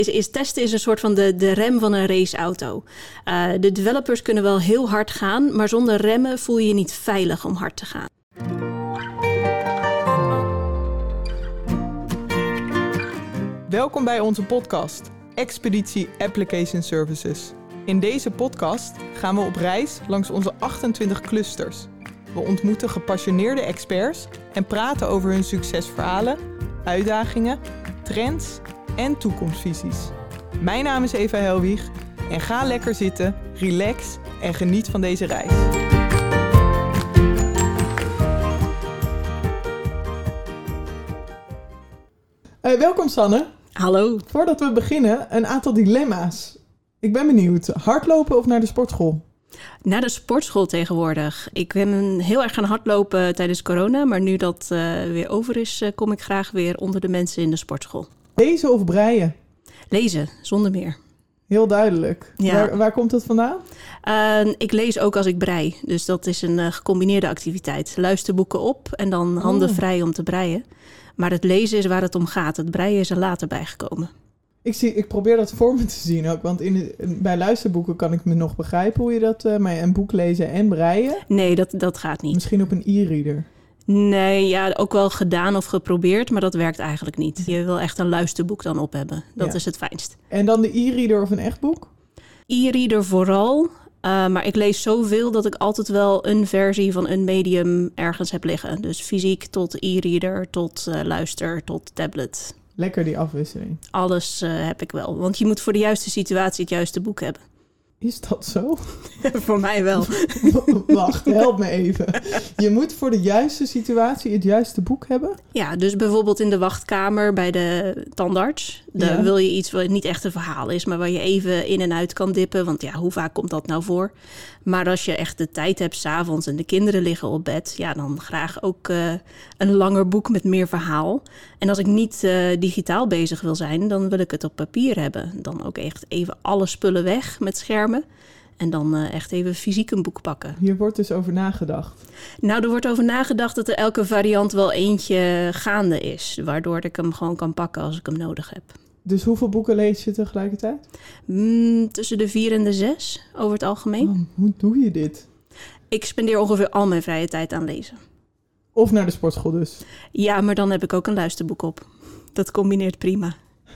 Testen is een soort van de rem van een raceauto. De developers kunnen wel heel hard gaan, maar zonder remmen voel je je niet veilig om hard te gaan. Welkom bij onze podcast, Expeditie Application Services. In deze podcast gaan we op reis langs onze 28 clusters. We ontmoeten gepassioneerde experts en praten over hun succesverhalen, uitdagingen, trends en toekomstvisies. Mijn naam is Eva Helwig en ga lekker zitten, relax en geniet van deze reis. Welkom Sanne. Hallo. Voordat we beginnen, een aantal dilemma's. Ik ben benieuwd, hardlopen of naar de sportschool? Naar de sportschool tegenwoordig. Ik ben heel erg gaan hardlopen tijdens corona, maar nu dat weer over is, kom ik graag weer onder de mensen in de sportschool. Lezen of breien? Lezen, zonder meer. Heel duidelijk. Ja. Waar komt dat vandaan? Ik lees ook als ik brei, dus dat is een gecombineerde activiteit. Luisterboeken op en dan handen vrij om te breien. Maar het lezen is waar het om gaat. Het breien is er later bijgekomen. Ik probeer dat voor me te zien ook. Want bij luisterboeken kan ik me nog begrijpen hoe je dat... maar een boek lezen en breien? Nee, dat gaat niet. Misschien op een e-reader? Nee, ja, ook wel gedaan of geprobeerd, maar dat werkt eigenlijk niet. Je wil echt een luisterboek dan op hebben. Dat is het fijnst. En dan de e-reader of een echt boek? E-reader vooral. Maar ik lees zoveel dat ik altijd wel een versie van een medium ergens heb liggen. Dus fysiek tot e-reader, tot luister, tot tablet. Lekker die afwisseling. Alles heb ik wel. Want je moet voor de juiste situatie het juiste boek hebben. Is dat zo? Voor mij wel. Wacht, help me even. Je moet voor de juiste situatie het juiste boek hebben? Ja, dus bijvoorbeeld in de wachtkamer bij de tandarts. Dan wil je iets wat niet echt een verhaal is, maar waar je even in en uit kan dippen. Want ja, hoe vaak komt dat nou voor? Maar als je echt de tijd hebt 's avonds en de kinderen liggen op bed, ja, dan graag ook een langer boek met meer verhaal. En als ik niet digitaal bezig wil zijn, dan wil ik het op papier hebben. Dan ook echt even alle spullen weg met schermen. En dan echt even fysiek een boek pakken. Hier wordt dus over nagedacht. Nou, er wordt over nagedacht dat er elke variant wel eentje gaande is. Waardoor ik hem gewoon kan pakken als ik hem nodig heb. Dus hoeveel boeken lees je tegelijkertijd? Tussen de 4 en de 6 over het algemeen. Oh, hoe doe je dit? Ik spendeer ongeveer al mijn vrije tijd aan lezen. Of naar de sportschool dus? Ja, maar dan heb ik ook een luisterboek op. Dat combineert prima.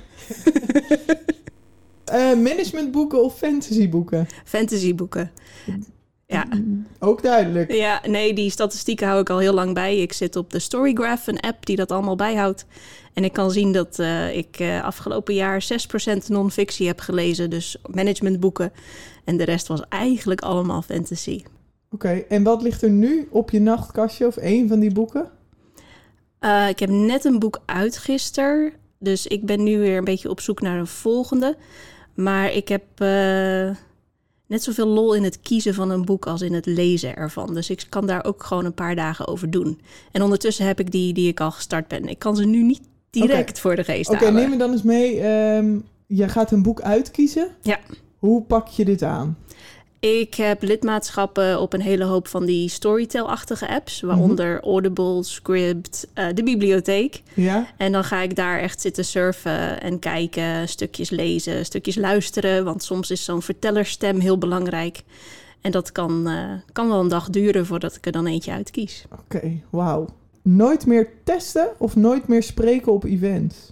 Managementboeken of fantasyboeken? Fantasyboeken. Ja. Ook duidelijk. Ja, nee, die statistieken hou ik al heel lang bij. Ik zit op de Storygraph, een app die dat allemaal bijhoudt. En ik kan zien dat ik afgelopen jaar 6% non-fictie heb gelezen. Dus managementboeken. En de rest was eigenlijk allemaal fantasy. Oké, en wat ligt er nu op je nachtkastje of één van die boeken? Ik heb net een boek uit gisteren. Dus ik ben nu weer een beetje op zoek naar een volgende. Maar ik heb net zoveel lol in het kiezen van een boek als in het lezen ervan. Dus ik kan daar ook gewoon een paar dagen over doen. En ondertussen heb ik die ik al gestart ben. Ik kan ze nu niet direct voor de geest halen. Oké, neem me dan eens mee. Je gaat een boek uitkiezen. Ja. Hoe pak je dit aan? Ik heb lidmaatschappen op een hele hoop van die Storytel-achtige apps. Waaronder Audible, Scribd, de bibliotheek. Ja. En dan ga ik daar echt zitten surfen en kijken, stukjes lezen, stukjes luisteren. Want soms is zo'n vertellerstem heel belangrijk. En dat kan wel een dag duren voordat ik er dan eentje uitkies. Oké, wauw. Nooit meer testen of nooit meer spreken op events?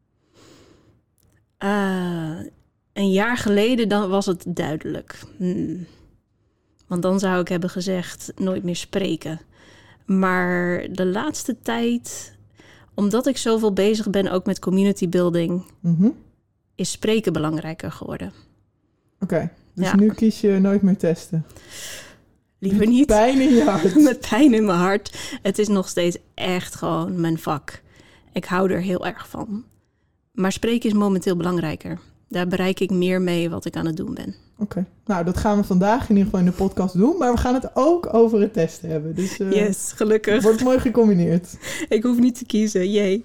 Een jaar geleden dan was het duidelijk. Want dan zou ik hebben gezegd nooit meer spreken. Maar de laatste tijd, omdat ik zoveel bezig ben ook met community building, is spreken belangrijker geworden. Oké, dus nu kies je nooit meer testen? Liever niet. Met pijn in je hart. Met pijn in mijn hart. Het is nog steeds echt gewoon mijn vak. Ik hou er heel erg van. Maar spreken is momenteel belangrijker. Daar bereik ik meer mee wat ik aan het doen ben. Oké. Nou, dat gaan we vandaag in ieder geval in de podcast doen. Maar we gaan het ook over het testen hebben. Dus, yes, gelukkig. Wordt mooi gecombineerd. Ik hoef niet te kiezen, jee.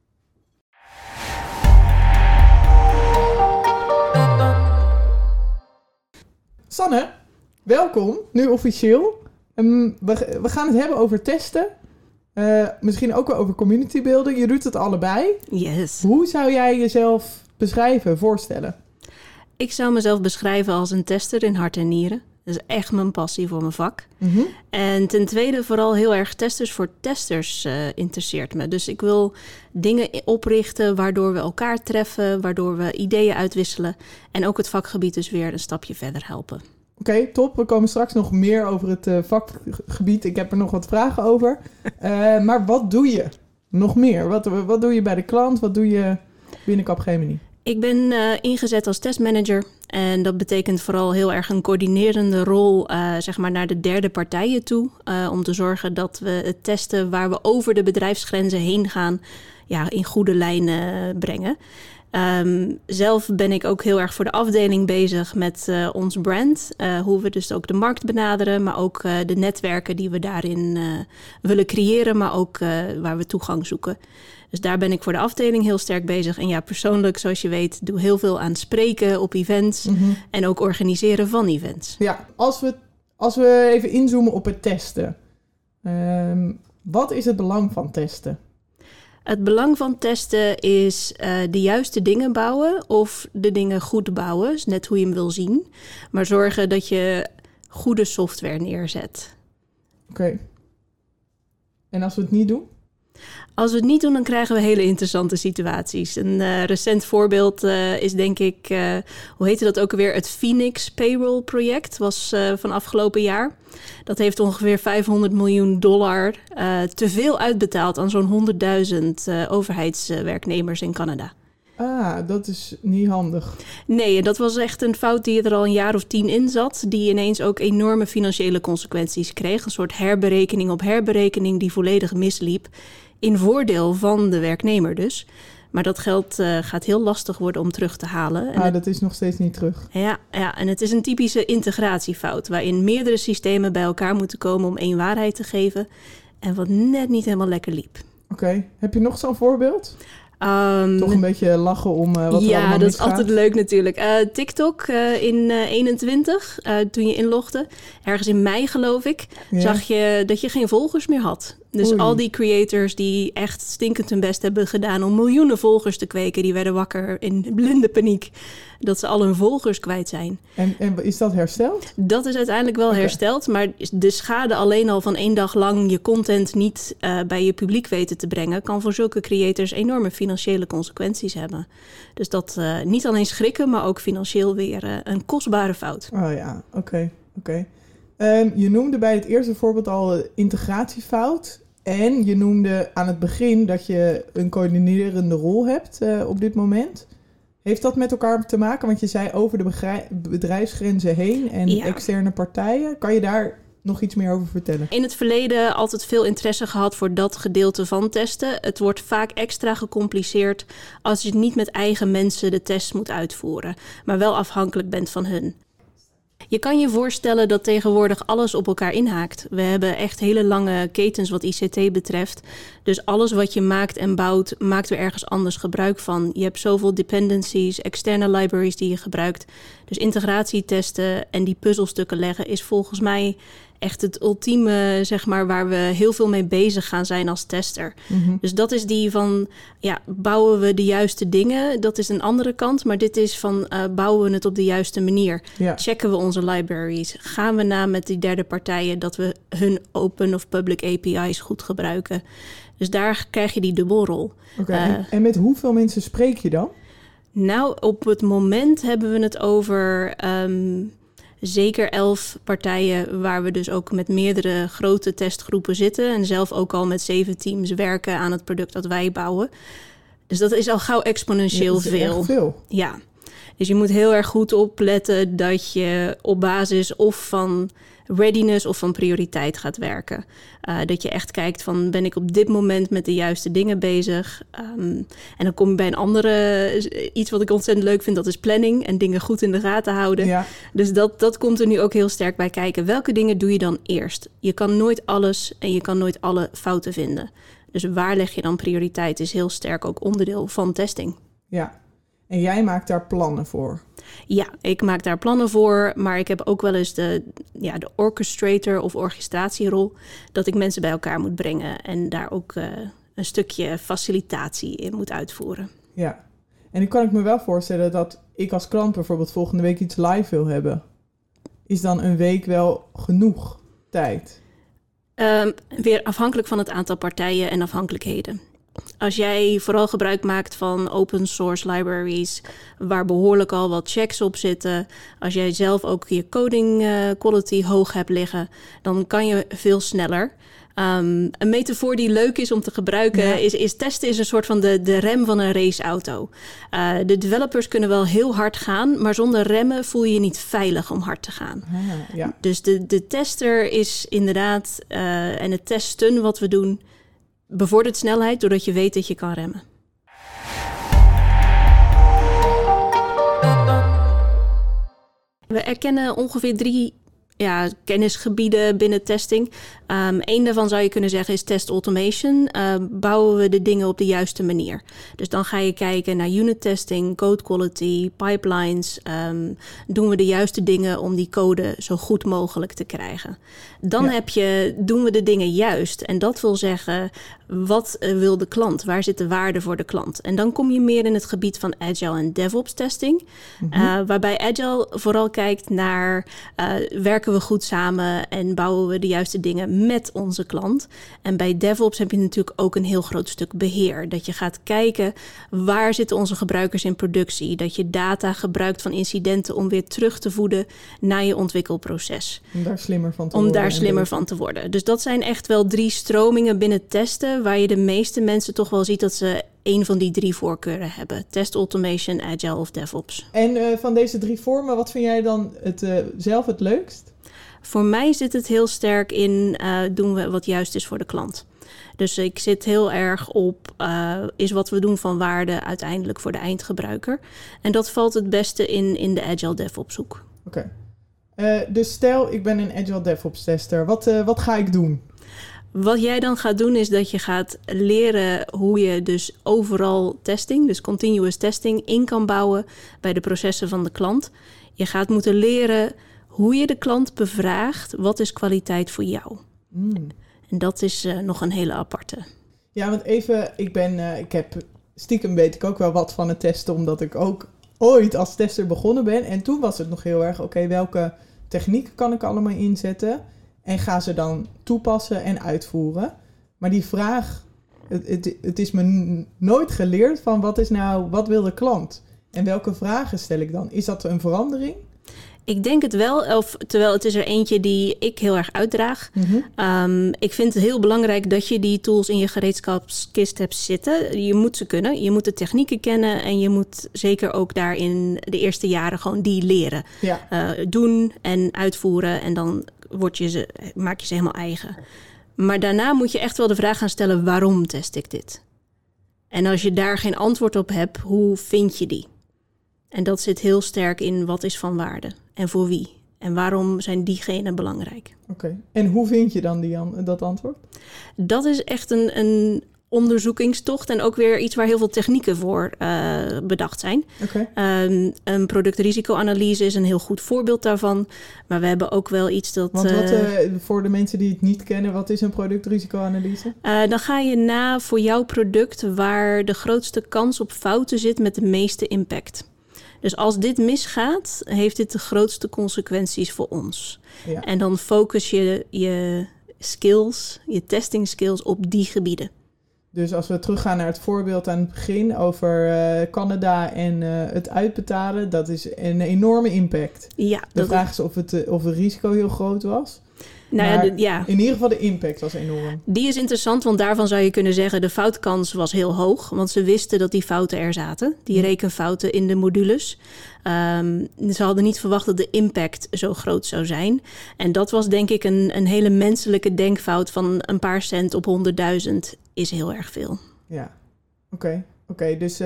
Sanne, welkom. Nu officieel. We gaan het hebben over testen. Misschien ook wel over community building. Je doet het allebei. Yes. Hoe zou jij jezelf beschrijven, voorstellen? Ik zou mezelf beschrijven als een tester in hart en nieren. Dat is echt mijn passie voor mijn vak. Mm-hmm. En ten tweede vooral heel erg testers voor testers interesseert me. Dus ik wil dingen oprichten waardoor we elkaar treffen, waardoor we ideeën uitwisselen en ook het vakgebied dus weer een stapje verder helpen. Oké, top. We komen straks nog meer over het vakgebied. Ik heb er nog wat vragen over. Maar wat doe je nog meer? Wat doe je bij de klant? Wat doe je binnen Capgemini? Ik ben ingezet als testmanager. En dat betekent vooral heel erg een coördinerende rol zeg maar naar de derde partijen toe. Om te zorgen dat we het testen waar we over de bedrijfsgrenzen heen gaan in goede lijnen brengen. Zelf ben ik ook heel erg voor de afdeling bezig met ons brand. Hoe we dus ook de markt benaderen, maar ook de netwerken die we daarin willen creëren, maar ook waar we toegang zoeken. Dus daar ben ik voor de afdeling heel sterk bezig. En ja, persoonlijk, zoals je weet, doe heel veel aan spreken op events en ook organiseren van events. Ja, als we even inzoomen op het testen. Wat is het belang van testen? Het belang van testen is de juiste dingen bouwen of de dingen goed bouwen. Is net hoe je hem wil zien. Maar zorgen dat je goede software neerzet. Oké. En als we het niet doen? Als we het niet doen, dan krijgen we hele interessante situaties. Een recent voorbeeld is denk ik, hoe heette dat ook alweer? Het Phoenix Payroll project was van afgelopen jaar. Dat heeft ongeveer $500 miljoen te veel uitbetaald aan zo'n 100.000 overheidswerknemers in Canada. Ah, dat is niet handig. Nee, dat was echt een fout die er al een jaar of 10 in zat. Die ineens ook enorme financiële consequenties kreeg. Een soort herberekening op herberekening die volledig misliep. In voordeel van de werknemer dus. Maar dat geld gaat heel lastig worden om terug te halen. En dat is nog steeds niet terug. Ja, en het is een typische integratiefout. Waarin meerdere systemen bij elkaar moeten komen om één waarheid te geven. En wat net niet helemaal lekker liep. Oké. Heb je nog zo'n voorbeeld? Toch een beetje lachen om wat er allemaal misgaat. Ja, dat is altijd leuk natuurlijk. TikTok in 21, toen je inlogde, ergens in mei geloof ik, zag je dat je geen volgers meer had. Dus al die creators die echt stinkend hun best hebben gedaan om miljoenen volgers te kweken, die werden wakker in blinde paniek dat ze al hun volgers kwijt zijn. En is dat hersteld? Dat is uiteindelijk wel hersteld, maar de schade alleen al van 1 dag lang je content niet bij je publiek weten te brengen, kan voor zulke creators enorme financiële consequenties hebben. Dus dat niet alleen schrikken, maar ook financieel weer een kostbare fout. Oh ja, oké. Je noemde bij het eerste voorbeeld al integratiefout. En je noemde aan het begin dat je een coördinerende rol hebt op dit moment. Heeft dat met elkaar te maken? Want je zei over de bedrijfsgrenzen heen en externe partijen. Kan je daar nog iets meer over vertellen? In het verleden altijd veel interesse gehad voor dat gedeelte van testen. Het wordt vaak extra gecompliceerd als je niet met eigen mensen de test moet uitvoeren, maar wel afhankelijk bent van hun. Je kan je voorstellen dat tegenwoordig alles op elkaar inhaakt. We hebben echt hele lange ketens wat ICT betreft. Dus alles wat je maakt en bouwt, maakt er ergens anders gebruik van. Je hebt zoveel dependencies, externe libraries die je gebruikt. Dus integratietesten en die puzzelstukken leggen is volgens mij echt het ultieme, zeg maar, waar we heel veel mee bezig gaan zijn als tester. Mm-hmm. Dus dat is die van, bouwen we de juiste dingen? Dat is een andere kant, maar dit is van, bouwen we het op de juiste manier? Ja. Checken we onze libraries? Gaan we na met die derde partijen dat we hun open of public API's goed gebruiken? Dus daar krijg je die dubbelrol. Okay. En met hoeveel mensen spreek je dan? Nou, op het moment hebben we het over zeker 11 partijen waar we dus ook met meerdere grote testgroepen zitten. En zelf ook al met 7 teams werken aan het product dat wij bouwen. Dus dat is al gauw exponentieel veel. Ja, dus je moet heel erg goed opletten dat je op basis of van readiness of van prioriteit gaat werken. Dat je echt kijkt van, ben ik op dit moment met de juiste dingen bezig? En dan kom je bij een andere, iets wat ik ontzettend leuk vind, dat is planning en dingen goed in de gaten houden. Ja. Dus dat komt er nu ook heel sterk bij kijken. Welke dingen doe je dan eerst? Je kan nooit alles en je kan nooit alle fouten vinden. Dus waar leg je dan prioriteit is heel sterk ook onderdeel van testing. Ja, en jij maakt daar plannen voor? Ja, ik maak daar plannen voor, maar ik heb ook wel eens de orchestrator of orchestratierol, dat ik mensen bij elkaar moet brengen en daar ook een stukje facilitatie in moet uitvoeren. Ja, En nu kan ik me wel voorstellen dat ik als klant bijvoorbeeld volgende week iets live wil hebben. Is dan een week wel genoeg tijd? Weer afhankelijk van het aantal partijen en afhankelijkheden. Als jij vooral gebruik maakt van open source libraries, waar behoorlijk al wat checks op zitten, als jij zelf ook je coding quality hoog hebt liggen, dan kan je veel sneller. Een metafoor die leuk is om te gebruiken is testen is een soort van de rem van een raceauto. De developers kunnen wel heel hard gaan, maar zonder remmen voel je je niet veilig om hard te gaan. Ja. Dus de tester is inderdaad, en het testen wat we doen, bevordert snelheid doordat je weet dat je kan remmen. We erkennen ongeveer 3 kennisgebieden binnen testing. Eén daarvan zou je kunnen zeggen is test automation. Bouwen we de dingen op de juiste manier. Dus dan ga je kijken naar unit testing, code quality, pipelines. Doen we de juiste dingen om die code zo goed mogelijk te krijgen. Dan doen we de dingen juist. En dat wil zeggen, wat wil de klant? Waar zit de waarde voor de klant? En dan kom je meer in het gebied van agile en DevOps testing. Waarbij agile vooral kijkt naar werken we goed samen en bouwen we de juiste dingen met onze klant. En bij DevOps heb je natuurlijk ook een heel groot stuk beheer. Dat je gaat kijken, waar zitten onze gebruikers in productie? Dat je data gebruikt van incidenten om weer terug te voeden naar je ontwikkelproces. Om daar slimmer van te worden. Dus dat zijn echt wel 3 stromingen binnen testen, waar je de meeste mensen toch wel ziet dat ze 1 van die 3 voorkeuren hebben. Test automation, agile of DevOps. En van deze 3 vormen, wat vind jij dan zelf het leukst? Voor mij zit het heel sterk in doen we wat juist is voor de klant. Dus ik zit heel erg op is wat we doen van waarde uiteindelijk voor de eindgebruiker. En dat valt het beste in de Agile DevOps hoek. Oké. Dus stel, ik ben een Agile DevOps tester. Wat ga ik doen? Wat jij dan gaat doen is dat je gaat leren hoe je dus overal testing, dus continuous testing, in kan bouwen bij de processen van de klant. Je gaat moeten leren hoe je de klant bevraagt, wat is kwaliteit voor jou? En dat is nog een hele aparte. Ja, want even, ik heb stiekem weet ik ook wel wat van het testen, omdat ik ook ooit als tester begonnen ben. En toen was het nog heel erg, oké, welke technieken kan ik allemaal inzetten? En ga ze dan toepassen en uitvoeren. Maar die vraag, het is me nooit geleerd van wat wil de klant? En welke vragen stel ik dan? Is dat een verandering? Ik denk het wel, terwijl het is er eentje die ik heel erg uitdraag. Ik vind het heel belangrijk dat je die tools in je gereedschapskist hebt zitten. Je moet ze kunnen, je moet de technieken kennen en je moet zeker ook daarin de eerste jaren gewoon die leren. Doen en uitvoeren en dan maak je ze helemaal eigen. Maar daarna moet je echt wel de vraag gaan stellen, waarom test ik dit? En als je daar geen antwoord op hebt, hoe vind je die? En dat zit heel sterk in wat is van waarde en voor wie. En waarom zijn diegenen belangrijk? Oké. En hoe vind je dan dat antwoord? Dat is echt een onderzoekingstocht en ook weer iets waar heel veel technieken voor bedacht zijn. Een productrisicoanalyse is een heel goed voorbeeld daarvan. Maar we hebben ook wel iets dat... Want voor de mensen die het niet kennen, wat is een productrisicoanalyse? Dan ga je na voor jouw product waar de grootste kans op fouten zit met de meeste impact. Dus als dit misgaat, heeft dit de grootste consequenties voor ons. Ja. En dan focus je skills, je testing skills op die gebieden. Dus als we teruggaan naar het voorbeeld aan het begin over Canada en het uitbetalen, dat is een enorme impact. Ja, de vraag is of het risico heel groot was. Nou in ieder geval de impact was enorm. Die is interessant, want daarvan zou je kunnen zeggen de foutkans was heel hoog. Want ze wisten dat die fouten er zaten, die rekenfouten in de modules. Ze hadden niet verwacht dat de impact zo groot zou zijn. En dat was denk ik een hele menselijke denkfout van een paar cent op 100.000 is heel erg veel. Ja, oké, dus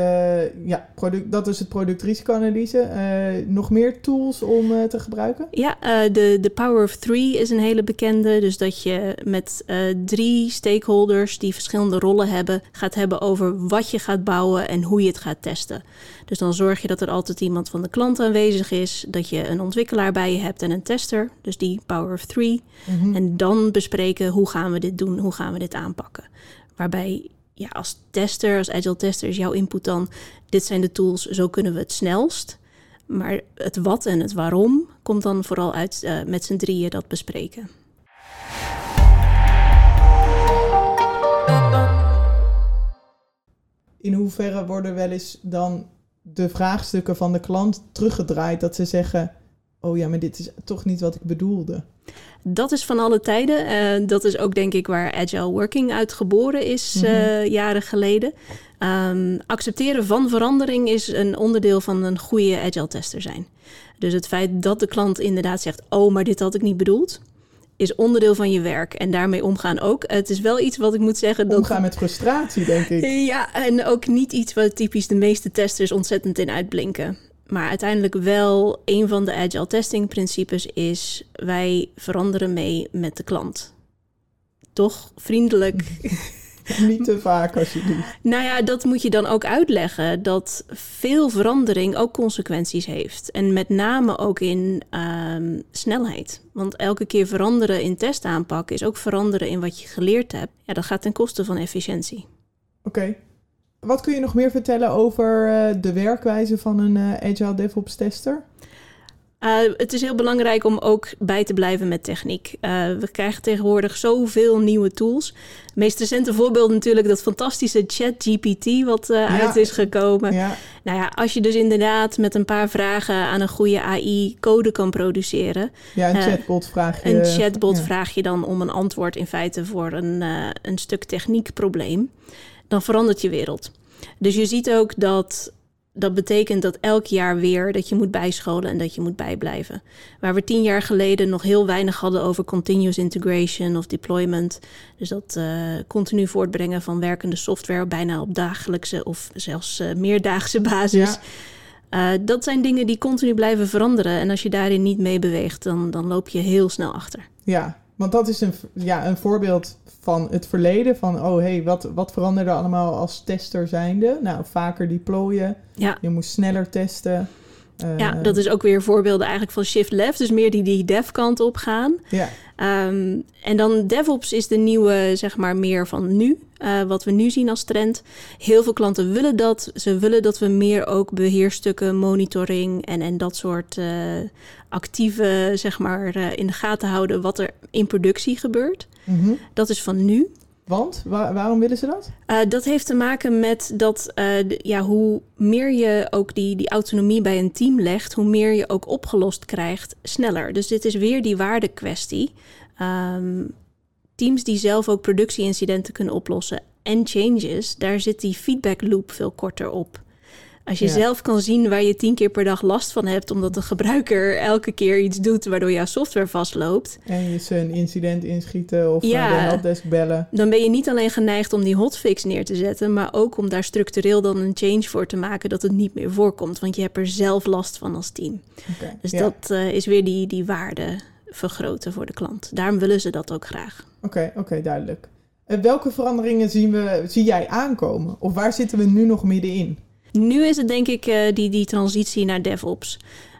dat is het productrisicoanalyse. Nog meer tools om te gebruiken? Ja, de Power of 3 is een hele bekende. Dus dat je met 3 stakeholders die verschillende rollen hebben, gaat hebben over wat je gaat bouwen en hoe je het gaat testen. Dus dan zorg je dat er altijd iemand van de klant aanwezig is, dat je een ontwikkelaar bij je hebt en een tester. Dus die Power of 3. En dan bespreken hoe gaan we dit doen, hoe gaan we dit aanpakken. Waarbij als tester, als agile tester is jouw input dan... dit zijn de tools, zo kunnen we het snelst. Maar het wat en het waarom komt dan vooral uit met z'n drieën dat bespreken. In hoeverre worden wel eens dan de vraagstukken van de klant teruggedraaid... dat ze zeggen, oh ja, maar dit is toch niet wat ik bedoelde? Dat is van alle tijden. Dat is ook denk ik waar Agile Working uit geboren is jaren geleden. Accepteren van verandering is een onderdeel van een goede Agile tester zijn. Dus het feit dat de klant inderdaad zegt, oh, maar dit had ik niet bedoeld... is onderdeel van je werk en daarmee omgaan ook. Het is wel iets wat ik moet zeggen... Omgaan met frustratie, denk ik. Ja, en ook niet iets wat typisch de meeste testers ontzettend in uitblinken. Maar uiteindelijk wel een van de agile testing principes is... wij veranderen mee met de klant. Toch vriendelijk... Niet te vaak alsjeblieft. Nou ja, dat moet je dan ook uitleggen. Dat veel verandering ook consequenties heeft. En met name ook in snelheid. Want elke keer veranderen in testaanpak is ook veranderen in wat je geleerd hebt. Ja, dat gaat ten koste van efficiëntie. Oké. Wat kun je nog meer vertellen over de werkwijze van een Agile DevOps tester? Het is heel belangrijk om ook bij te blijven met techniek. We krijgen tegenwoordig zoveel nieuwe tools. Het meest recente voorbeeld natuurlijk dat fantastische ChatGPT wat uit is gekomen. Ja. Nou ja, als je dus inderdaad met een paar vragen aan een goede AI code kan produceren. Ja, een chatbot vraag je. Een chatbot vraag je dan om een antwoord in feite voor een stuk techniekprobleem. Dan verandert je wereld. Dus je ziet ook dat betekent dat elk jaar weer dat je moet bijscholen en dat je moet bijblijven. Waar we 10 jaar geleden nog heel weinig hadden over continuous integration of deployment. Dus dat continu voortbrengen van werkende software bijna op dagelijkse of zelfs meerdaagse basis. Ja. Dat zijn dingen die continu blijven veranderen. En als je daarin niet mee beweegt, dan loop je heel snel achter. Ja, want dat is een voorbeeld van het verleden. Van, wat veranderde allemaal als tester zijnde? Nou, vaker deployen. Ja. Je moest sneller testen. Ja, dat is ook weer voorbeelden eigenlijk van shift left. Dus meer die dev kant op gaan. Ja. En dan DevOps is de nieuwe, zeg maar, meer van nu. Wat we nu zien als trend. Heel veel klanten willen dat. Ze willen dat we meer ook beheerstukken, monitoring en dat soort actieve, zeg maar, in de gaten houden wat er in productie gebeurt. Mm-hmm. Dat is van nu. Want? Waarom willen ze dat? Dat heeft te maken met dat hoe meer je ook die autonomie bij een team legt, hoe meer je ook opgelost krijgt sneller. Dus dit is weer die waardekwestie. Teams die zelf ook productieincidenten kunnen oplossen en changes, daar zit die feedback loop veel korter op. Als je zelf kan zien waar je 10 keer per dag last van hebt, omdat de gebruiker elke keer iets doet waardoor jouw software vastloopt. En je ze een incident inschieten of de helpdesk bellen. Dan ben je niet alleen geneigd om die hotfix neer te zetten, maar ook om daar structureel dan een change voor te maken dat het niet meer voorkomt. Want je hebt er zelf last van als team. Okay, dus dat is weer die waarde vergroten voor de klant. Daarom willen ze dat ook graag. Oké, duidelijk. Welke veranderingen zie jij aankomen? Of waar zitten we nu nog middenin? Nu is het denk ik die transitie naar DevOps.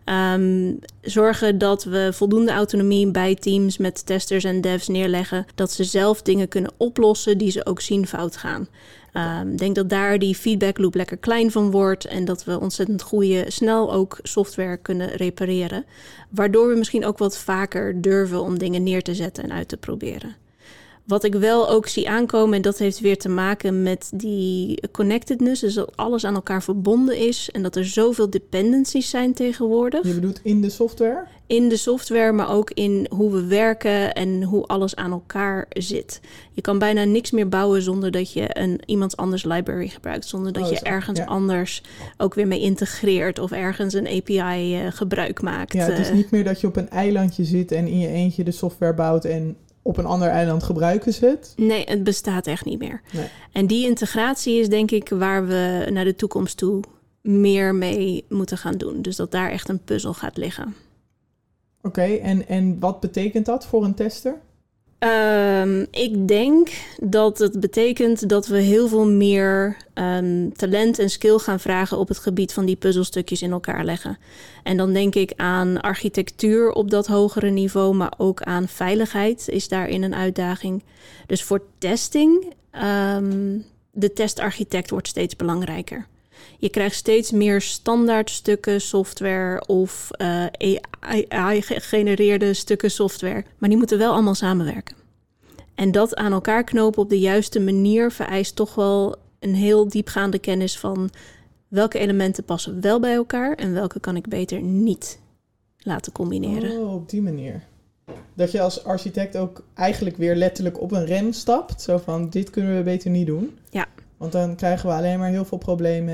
Zorgen dat we voldoende autonomie bij teams met testers en devs neerleggen. Dat ze zelf dingen kunnen oplossen die ze ook zien fout gaan. Ik denk dat daar die feedback loop lekker klein van wordt. En dat we ontzettend snel ook software kunnen repareren. Waardoor we misschien ook wat vaker durven om dingen neer te zetten en uit te proberen. Wat ik wel ook zie aankomen, en dat heeft weer te maken met die connectedness. Dus dat alles aan elkaar verbonden is en dat er zoveel dependencies zijn tegenwoordig. Je bedoelt in de software? In de software, maar ook in hoe we werken en hoe alles aan elkaar zit. Je kan bijna niks meer bouwen zonder dat je iemands anders library gebruikt. Zonder dat je ergens anders ook weer mee integreert of ergens een API gebruik maakt. Ja, het is niet meer dat je op een eilandje zit en in je eentje de software bouwt en op een ander eiland gebruiken ze het? Nee, het bestaat echt niet meer. Nee. En die integratie is denk ik waar we naar de toekomst toe meer mee moeten gaan doen. Dus dat daar echt een puzzel gaat liggen. Oké, en wat betekent dat voor een tester? Ik denk dat het betekent dat we heel veel meer talent en skill gaan vragen op het gebied van die puzzelstukjes in elkaar leggen. En dan denk ik aan architectuur op dat hogere niveau, maar ook aan veiligheid is daarin een uitdaging. Dus voor testing de testarchitect wordt steeds belangrijker. Je krijgt steeds meer standaard stukken software of AI-gegenereerde stukken software. Maar die moeten wel allemaal samenwerken. En dat aan elkaar knopen op de juiste manier vereist toch wel een heel diepgaande kennis van welke elementen passen wel bij elkaar en welke kan ik beter niet laten combineren. Oh, op die manier. Dat je als architect ook eigenlijk weer letterlijk op een rem stapt. Zo van, dit kunnen we beter niet doen. Ja. Want dan krijgen we alleen maar heel veel problemen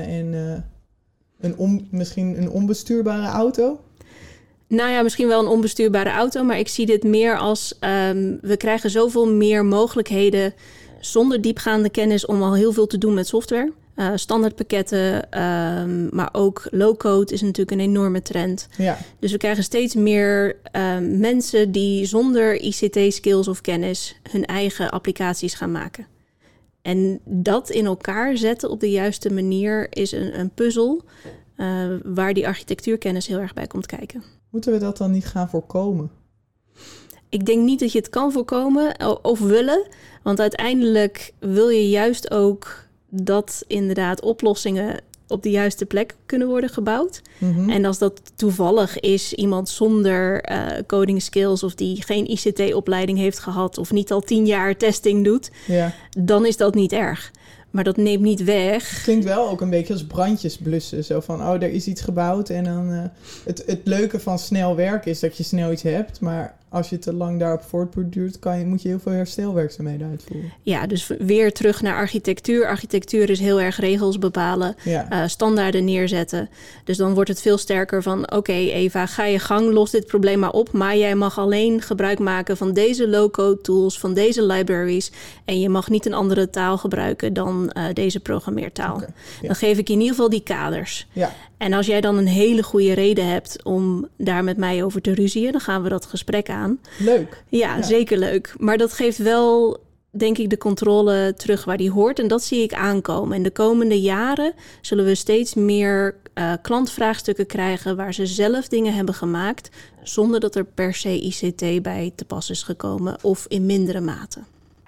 en misschien een onbestuurbare auto. Nou ja, misschien wel een onbestuurbare auto, maar ik zie dit meer als we krijgen zoveel meer mogelijkheden zonder diepgaande kennis om al heel veel te doen met software. Standaardpakketten, maar ook low-code is natuurlijk een enorme trend. Ja. Dus we krijgen steeds meer mensen die zonder ICT-skills of kennis hun eigen applicaties gaan maken. En dat in elkaar zetten op de juiste manier is een puzzel waar die architectuurkennis heel erg bij komt kijken. Moeten we dat dan niet gaan voorkomen? Ik denk niet dat je het kan voorkomen of willen. Want uiteindelijk wil je juist ook dat inderdaad oplossingen op de juiste plek kunnen worden gebouwd. Mm-hmm. En als dat toevallig is iemand zonder coding skills of die geen ICT-opleiding heeft gehad of niet al 10 jaar testing doet, dan is dat niet erg. Maar dat neemt niet weg. Het klinkt wel ook een beetje als brandjes blussen. Zo van, er is iets gebouwd. En dan het leuke van snel werken is dat je snel iets hebt. Maar als je te lang daarop voortborduurt, moet je heel veel herstelwerkzaamheden uitvoeren. Ja, dus weer terug naar architectuur. Architectuur is heel erg regels bepalen, standaarden neerzetten. Dus dan wordt het veel sterker van, oké, Eva, ga je gang, los dit probleem maar op. Maar jij mag alleen gebruik maken van deze low-code tools, van deze libraries. En je mag niet een andere taal gebruiken dan deze programmeertaal. Okay, Dan geef ik je in ieder geval die kaders. Ja. En als jij dan een hele goede reden hebt om daar met mij over te ruzien, dan gaan we dat gesprek aan. Leuk. Ja, zeker leuk. Maar dat geeft wel, denk ik, de controle terug waar die hoort. En dat zie ik aankomen. En de komende jaren zullen we steeds meer klantvraagstukken krijgen waar ze zelf dingen hebben gemaakt, zonder dat er per se ICT bij te pas is gekomen of in mindere mate.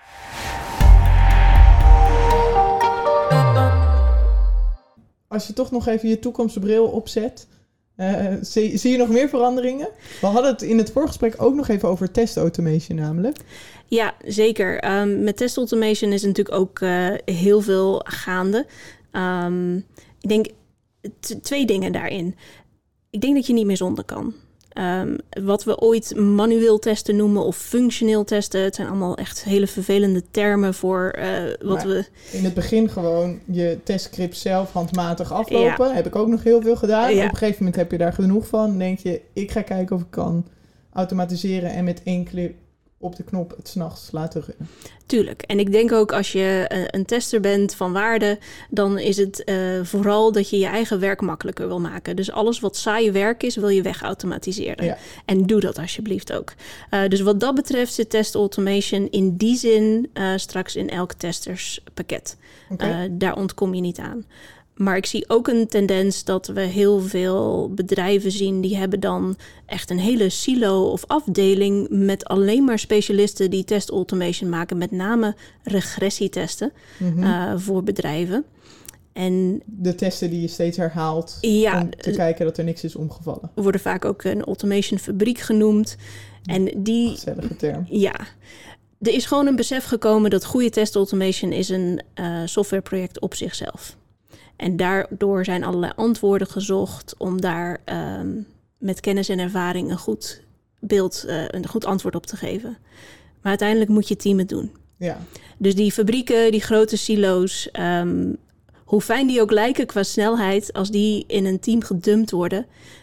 Als je toch nog even je toekomstbril opzet, zie je nog meer veranderingen? We hadden het in het voorgesprek ook nog even over testautomation namelijk. Ja, zeker. Met testautomation is natuurlijk ook heel veel gaande. Ik denk 2 dingen daarin. Ik denk dat je niet meer zonder kan. Wat we ooit manueel testen noemen of functioneel testen. Het zijn allemaal echt hele vervelende termen voor wat we... In het begin gewoon je testscript zelf handmatig aflopen. Ja. Heb ik ook nog heel veel gedaan. Ja. Op een gegeven moment heb je daar genoeg van. Dan denk je, ik ga kijken of ik kan automatiseren en met 1 klik op de knop het 's nachts laten runnen. Tuurlijk. En ik denk ook als je een tester bent van waarde, dan is het vooral dat je je eigen werk makkelijker wil maken. Dus alles wat saai werk is, wil je wegautomatiseren. Ja. En doe dat alsjeblieft ook. Dus wat dat betreft zit test automation in die zin straks in elk testerspakket. Okay. Daar ontkom je niet aan. Maar ik zie ook een tendens dat we heel veel bedrijven zien, die hebben dan echt een hele silo of afdeling met alleen maar specialisten die test automation maken, met name regressietesten voor bedrijven. En de testen die je steeds herhaalt om te kijken dat er niks is omgevallen. Worden vaak ook een automation fabriek genoemd. En die, gezellige term. Ja. Er is gewoon een besef gekomen dat goede test automation is een softwareproject op zichzelf. En daardoor zijn allerlei antwoorden gezocht om daar met kennis en ervaring een goed beeld, een goed antwoord op te geven. Maar uiteindelijk moet je team het doen. Ja. Dus die fabrieken, die grote silo's, hoe fijn die ook lijken qua snelheid, als die in een team gedumpt worden,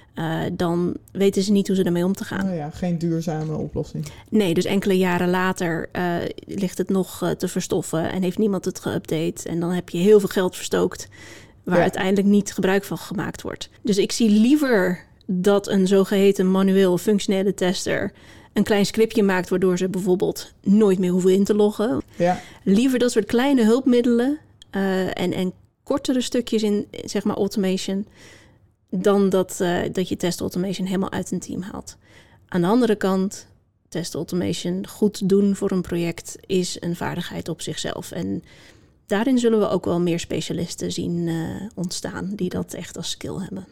dan weten ze niet hoe ze ermee om te gaan. Oh ja, geen duurzame oplossing. Nee, dus enkele jaren later ligt het nog te verstoffen en heeft niemand het geüpdate. En dan heb je heel veel geld verstookt waar uiteindelijk niet gebruik van gemaakt wordt. Dus ik zie liever dat een zogeheten manueel of functionele tester een klein scriptje maakt waardoor ze bijvoorbeeld nooit meer hoeven in te loggen. Ja. Liever dat soort kleine hulpmiddelen en kortere stukjes in, zeg maar, automation, dan dat je test automation helemaal uit een team haalt. Aan de andere kant, test automation goed doen voor een project is een vaardigheid op zichzelf. En daarin zullen we ook wel meer specialisten zien ontstaan die dat echt als skill hebben.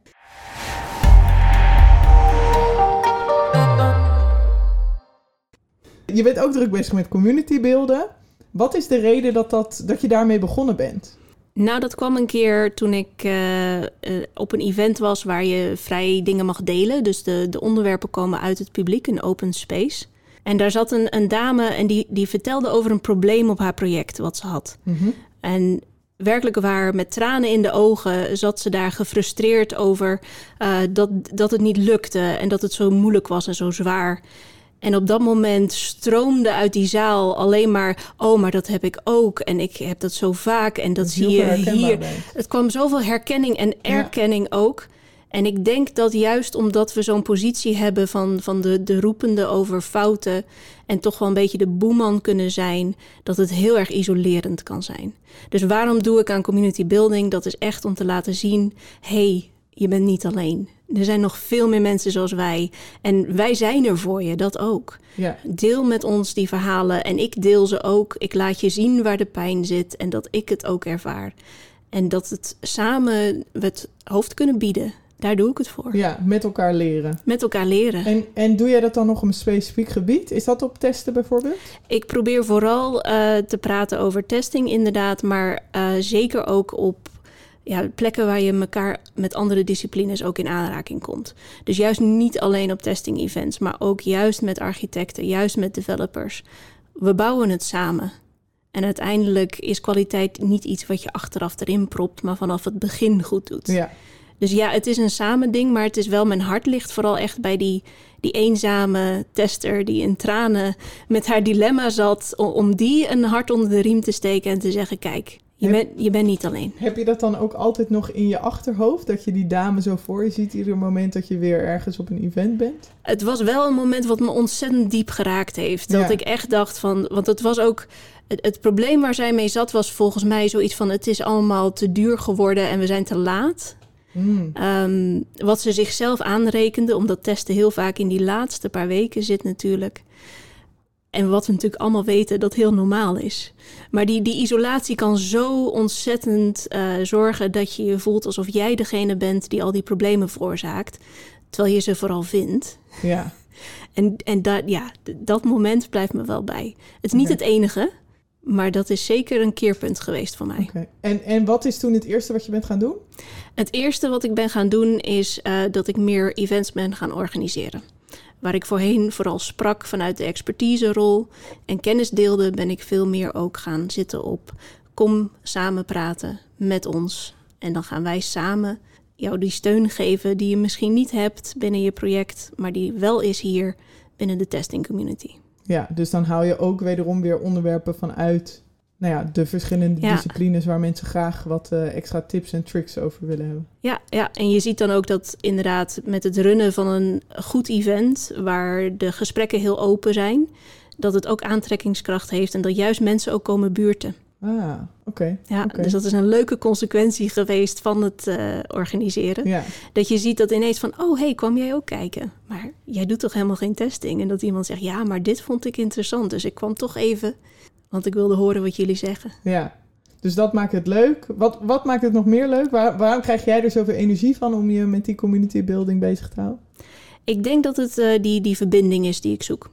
Je bent ook druk bezig met communitybeelden. Wat is de reden dat je daarmee begonnen bent? Nou, dat kwam een keer toen ik op een event was waar je vrij dingen mag delen. Dus de onderwerpen komen uit het publiek, een open space. En daar zat een dame en die vertelde over een probleem op haar project wat ze had. Mm-hmm. En werkelijk waar, met tranen in de ogen zat ze daar gefrustreerd over dat het niet lukte en dat het zo moeilijk was en zo zwaar. En op dat moment stroomde uit die zaal alleen maar, maar dat heb ik ook. En ik heb dat zo vaak en dat zie je hier. Het kwam zoveel herkenning en erkenning ook. En ik denk dat juist omdat we zo'n positie hebben van de roepende over fouten en toch wel een beetje de boeman kunnen zijn, dat het heel erg isolerend kan zijn. Dus waarom doe ik aan community building? Dat is echt om te laten zien, hey, je bent niet alleen. Er zijn nog veel meer mensen zoals wij. En wij zijn er voor je, dat ook. Ja. Deel met ons die verhalen en ik deel ze ook. Ik laat je zien waar de pijn zit en dat ik het ook ervaar. En dat het samen het hoofd kunnen bieden. Daar doe ik het voor. Ja, met elkaar leren. Met elkaar leren. En doe jij dat dan nog op een specifiek gebied? Is dat op testen bijvoorbeeld? Ik probeer vooral te praten over testing inderdaad. Maar zeker ook op plekken waar je elkaar met andere disciplines ook in aanraking komt. Dus juist niet alleen op testing events, maar ook juist met architecten, juist met developers. We bouwen het samen. En uiteindelijk is kwaliteit niet iets wat je achteraf erin propt, maar vanaf het begin goed doet. Ja. Dus ja, het is een samen ding, maar het is wel, mijn hart ligt vooral echt bij die eenzame tester die in tranen met haar dilemma zat, om die een hart onder de riem te steken en te zeggen, kijk, je bent niet alleen. Heb je dat dan ook altijd nog in je achterhoofd? Dat je die dame zo voor je ziet ieder moment dat je weer ergens op een event bent? Het was wel een moment wat me ontzettend diep geraakt heeft. Dat ik echt dacht van, want het was ook, het probleem waar zij mee zat was volgens mij zoiets van, het is allemaal te duur geworden en we zijn te laat. Wat ze zichzelf aanrekende, omdat testen heel vaak in die laatste paar weken zit natuurlijk. En wat we natuurlijk allemaal weten, dat heel normaal is. Maar die isolatie kan zo ontzettend zorgen dat je je voelt alsof jij degene bent die al die problemen veroorzaakt. Terwijl je ze vooral vindt. Ja. En dat moment blijft me wel bij. Het is niet het enige, maar dat is zeker een keerpunt geweest voor mij. Okay. En wat is toen het eerste wat je bent gaan doen? Het eerste wat ik ben gaan doen is dat ik meer events ben gaan organiseren. Waar ik voorheen vooral sprak vanuit de expertiserol en kennis deelde, ben ik veel meer ook gaan zitten op kom samen praten met ons. En dan gaan wij samen jou die steun geven die je misschien niet hebt binnen je project, maar die wel is hier binnen de testing community. Ja, dus dan haal je ook wederom weer onderwerpen vanuit de verschillende disciplines waar mensen graag wat extra tips en tricks over willen hebben. Ja, en je ziet dan ook dat inderdaad met het runnen van een goed event, waar de gesprekken heel open zijn, dat het ook aantrekkingskracht heeft en dat juist mensen ook komen buurten. Ah, oké. Ja, dus dat is een leuke consequentie geweest van het organiseren. Ja. Dat je ziet dat ineens van, kwam jij ook kijken? Maar jij doet toch helemaal geen testing? En dat iemand zegt, ja, maar dit vond ik interessant, dus ik kwam toch even, want ik wilde horen wat jullie zeggen. Ja, dus dat maakt het leuk. Wat maakt het nog meer leuk? Waarom krijg jij er zoveel energie van om je met die community building bezig te houden? Ik denk dat het die verbinding is die ik zoek.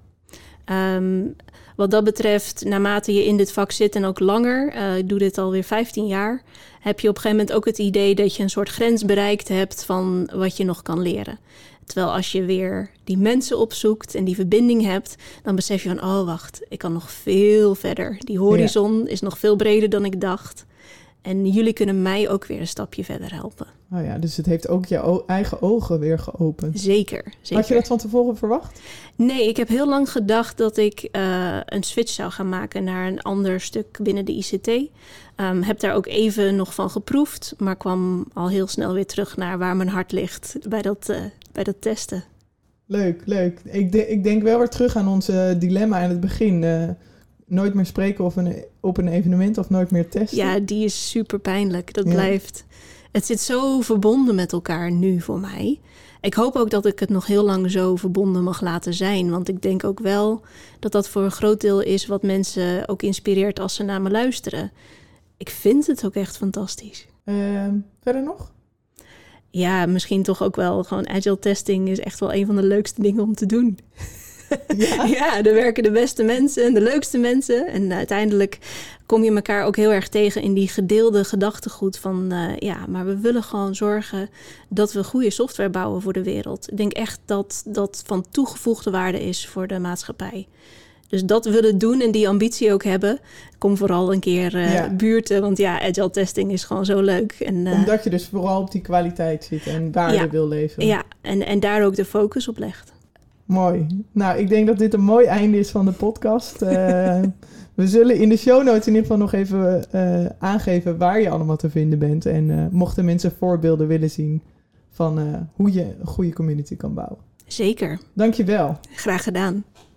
Wat dat betreft, naarmate je in dit vak zit en ook langer, ik doe dit alweer 15 jaar, heb je op een gegeven moment ook het idee dat je een soort grens bereikt hebt van wat je nog kan leren. Terwijl als je weer die mensen opzoekt en die verbinding hebt, dan besef je van, wacht, ik kan nog veel verder. Die horizon is nog veel breder dan ik dacht. En jullie kunnen mij ook weer een stapje verder helpen. Oh ja, dus het heeft ook je eigen ogen weer geopend. Zeker. Had je dat van tevoren verwacht? Nee, ik heb heel lang gedacht dat ik een switch zou gaan maken naar een ander stuk binnen de ICT. Heb daar ook even nog van geproefd, maar kwam al heel snel weer terug naar waar mijn hart ligt bij dat testen. Leuk. Ik denk wel weer terug aan onze dilemma in het begin. Nooit meer spreken op een evenement of nooit meer testen. Ja, die is super pijnlijk. Dat blijft. Het zit zo verbonden met elkaar nu voor mij. Ik hoop ook dat ik het nog heel lang zo verbonden mag laten zijn. Want ik denk ook wel dat dat voor een groot deel is wat mensen ook inspireert als ze naar me luisteren. Ik vind het ook echt fantastisch. Verder nog? Ja, misschien toch ook wel gewoon agile testing is echt wel een van de leukste dingen om te doen. Ja? Ja, er werken de beste mensen en de leukste mensen. En uiteindelijk kom je elkaar ook heel erg tegen in die gedeelde gedachtegoed van... maar we willen gewoon zorgen dat we goede software bouwen voor de wereld. Ik denk echt dat dat van toegevoegde waarde is voor de maatschappij. Dus dat willen doen en die ambitie ook hebben. Kom vooral een keer buurten, want agile testing is gewoon zo leuk. En, omdat je dus vooral op die kwaliteit zit en waarde wil leveren. Ja, en daar ook de focus op legt. Mooi. Nou, ik denk dat dit een mooi einde is van de podcast. We zullen in de show notes in ieder geval nog even aangeven waar je allemaal te vinden bent. En mochten mensen voorbeelden willen zien van hoe je een goede community kan bouwen. Zeker. Dank je wel. Graag gedaan.